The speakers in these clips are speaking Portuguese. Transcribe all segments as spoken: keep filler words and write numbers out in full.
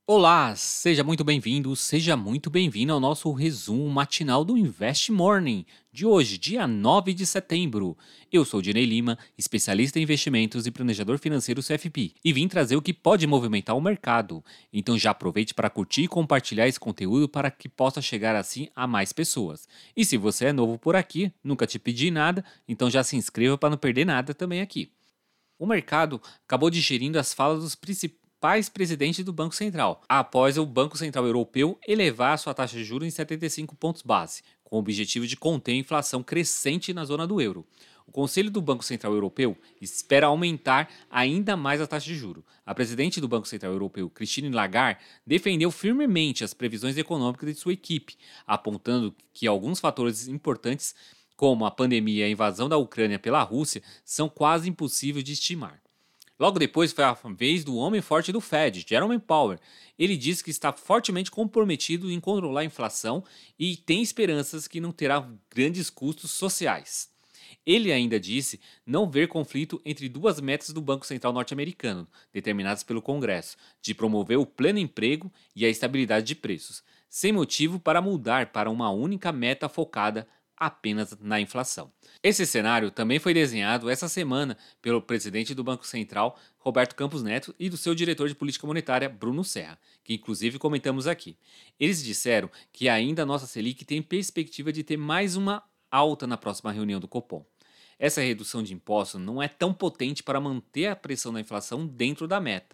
Olá, seja muito bem-vindo, seja muito bem-vindo ao nosso resumo matinal do Invest Morning de hoje, dia nove de setembro. Eu sou o Dinei Lima, especialista em investimentos e planejador financeiro C F P, e vim trazer o que pode movimentar o mercado. Então já aproveite para curtir e compartilhar esse conteúdo para que possa chegar assim a mais pessoas. E se você é novo por aqui, nunca te pedi nada, então já se inscreva para não perder nada também aqui. O mercado acabou digerindo as falas dos principais presidentes do Banco Central, após o Banco Central Europeu elevar sua taxa de juros em setenta e cinco pontos base, com o objetivo de conter a inflação crescente na zona do euro. O Conselho do Banco Central Europeu espera aumentar ainda mais a taxa de juros. A presidente do Banco Central Europeu, Christine Lagarde, defendeu firmemente as previsões econômicas de sua equipe, apontando que alguns fatores importantes como a pandemia e a invasão da Ucrânia pela Rússia, são quase impossíveis de estimar. Logo depois foi a vez do homem forte do Fed, Jerome Powell. Ele disse que está fortemente comprometido em controlar a inflação e tem esperanças que não terá grandes custos sociais. Ele ainda disse não ver conflito entre duas metas do Banco Central norte-americano, determinadas pelo Congresso, de promover o pleno emprego e a estabilidade de preços, sem motivo para mudar para uma única meta focada apenas na inflação. Esse cenário também foi desenhado essa semana pelo presidente do Banco Central, Roberto Campos Neto, e do seu diretor de política monetária, Bruno Serra, que inclusive comentamos aqui. Eles disseram que ainda a nossa Selic tem perspectiva de ter mais uma alta na próxima reunião do Copom. Essa redução de impostos não é tão potente para manter a pressão da inflação dentro da meta.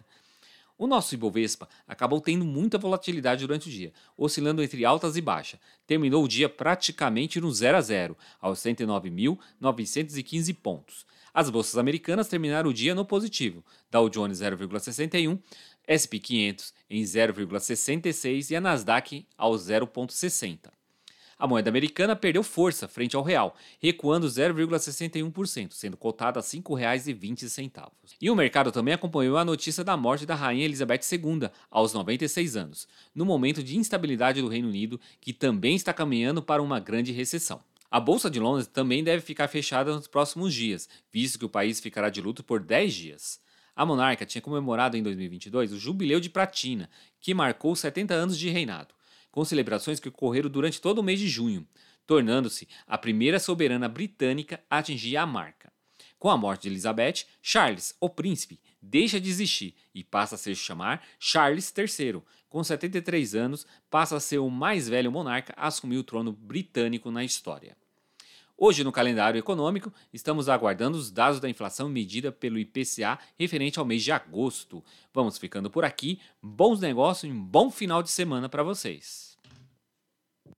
O nosso Ibovespa acabou tendo muita volatilidade durante o dia, oscilando entre altas e baixas. Terminou o dia praticamente no zero a zero, aos cento e nove mil novecentos e quinze pontos. As bolsas americanas terminaram o dia no positivo, Dow Jones zero vírgula sessenta e um, S e P quinhentos em zero vírgula sessenta e seis e a Nasdaq ao zero vírgula sessenta. A moeda americana perdeu força frente ao real, recuando zero vírgula sessenta e um por cento, sendo cotada a cinco reais e vinte centavos. E o mercado também acompanhou a notícia da morte da Rainha Elizabeth segunda, aos noventa e seis anos, no momento de instabilidade do Reino Unido, que também está caminhando para uma grande recessão. A Bolsa de Londres também deve ficar fechada nos próximos dias, visto que o país ficará de luto por dez dias. A monarca tinha comemorado em dois mil e vinte e dois o Jubileu de Platina, que marcou setenta anos de reinado, com celebrações que ocorreram durante todo o mês de junho, tornando-se a primeira soberana britânica a atingir a marca. Com a morte de Elizabeth, Charles, o príncipe, deixa de existir e passa a se chamar Charles terceiro. Com setenta e três anos, passa a ser o mais velho monarca a assumir o trono britânico na história. Hoje, no calendário econômico, estamos aguardando os dados da inflação medida pelo I P C A referente ao mês de agosto. Vamos ficando por aqui. Bons negócios e um bom final de semana para vocês.